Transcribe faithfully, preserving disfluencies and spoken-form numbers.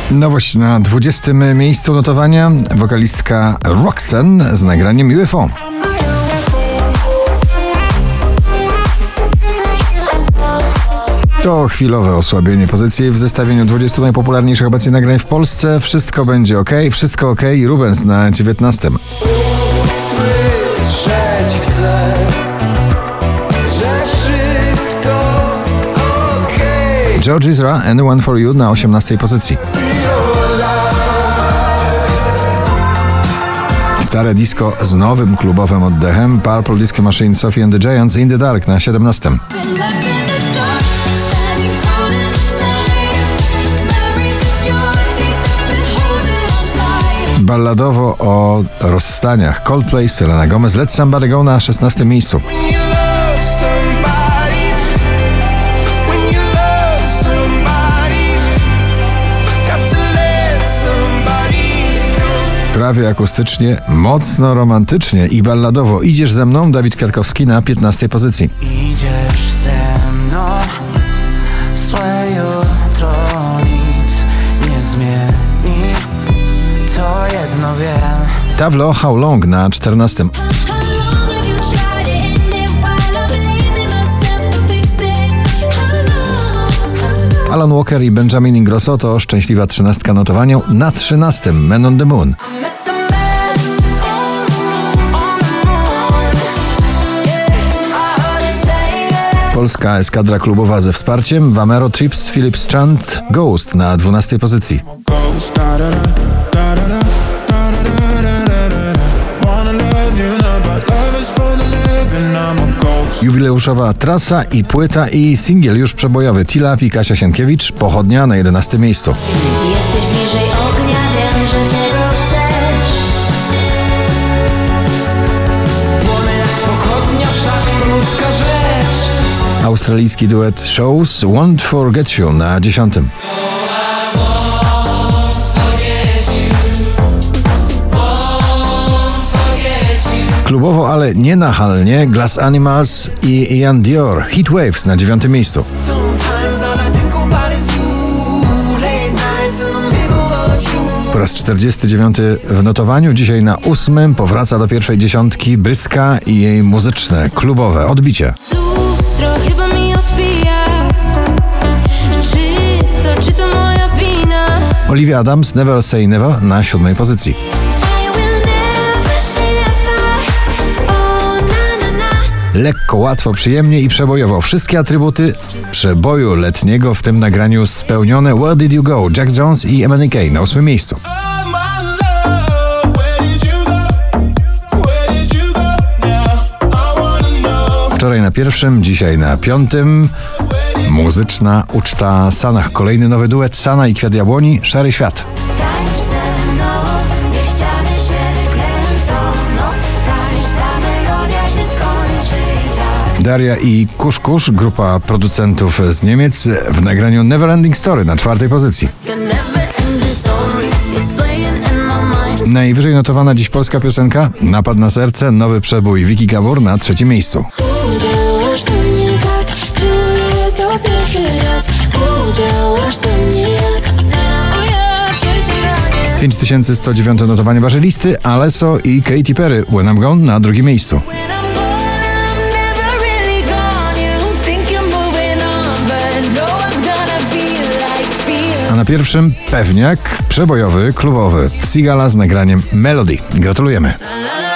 Nowość na dwudziestym miejscu notowania. Wokalistka Roxanne z nagraniem U F O. To chwilowe osłabienie pozycji w zestawieniu dwudziestu najpopularniejszych obecnie nagrań w Polsce. Wszystko będzie ok, wszystko ok. Rubens na dziewiętnastym. Słyszeć chcę, że wszystko ok. George Ezra, Anyone for You na osiemnastej pozycji. Stare disco z nowym klubowym oddechem. Purple Disco Machine, Sophie and the Giants, In the Dark na siedemnastym. Balladowo o rozstaniach. Coldplay, Selena Gomez, Let Somebody Go na szesnastym miejscu. Prawie akustycznie, mocno romantycznie i balladowo. Idziesz ze mną, Dawid Kwiatkowski na piętnastej pozycji. Idziesz ze mną, złe jutro nic nie zmieni, to jedno wiem. Tavlo, How Long na czternastym. Alan Walker i Benjamin Ingrosso to szczęśliwa trzynastka notowania. Na trzynastym Man on the Moon. Polska eskadra klubowa ze wsparciem. Vamero, Trips, Philip Strand, Ghost na dwunastej pozycji. Jubileuszowa trasa i płyta i singiel już przebojowy T-Love i Kasia Sienkiewicz, Pochodnia na jedenastym miejscu. Jesteś bliżej ognia, wiem, że tego chcesz. Płonę jak pochodnia, wszak to ludzka rzecz. Australijski duet Shows, Won't Forget You na dziesiątym. Klubowo, ale nie nachalnie, Glass Animals i Ian Dior, Heat Waves na dziewiątym miejscu. Po raz czterdziesty dziewiąty w notowaniu, dzisiaj na ósmym powraca do pierwszej dziesiątki Bryska i jej muzyczne, klubowe odbicie. Lustro chyba mi odbija. Czy to, czy to moja wina? Olivia Adams, Never Say Never na siódmej pozycji. Lekko, łatwo, przyjemnie i przebojowo. Wszystkie atrybuty przeboju letniego w tym nagraniu spełnione. Where Did You Go? Jack Jones i M N K na ósmym miejscu. Wczoraj na pierwszym, dzisiaj na piątym. Muzyczna uczta Sanach. Kolejny nowy duet Sana i Kwiat Jabłoni, Szary Świat. Daria i Kusz Kusz, grupa producentów z Niemiec, w nagraniu Neverending Story na czwartej pozycji. Najwyżej notowana dziś polska piosenka Napad na serce, nowy przebój Wiki Gabor na trzecim miejscu. Udziałasz do mnie tak, czuję to pierwszy raz. Udziałasz do mnie jak pięć tysięcy sto dziewiąte notowanie waszej listy, Alesso i Katy Perry, When I'm Gone na drugim miejscu. A na pierwszym pewniak przebojowy, klubowy Sigala z nagraniem Melody. Gratulujemy.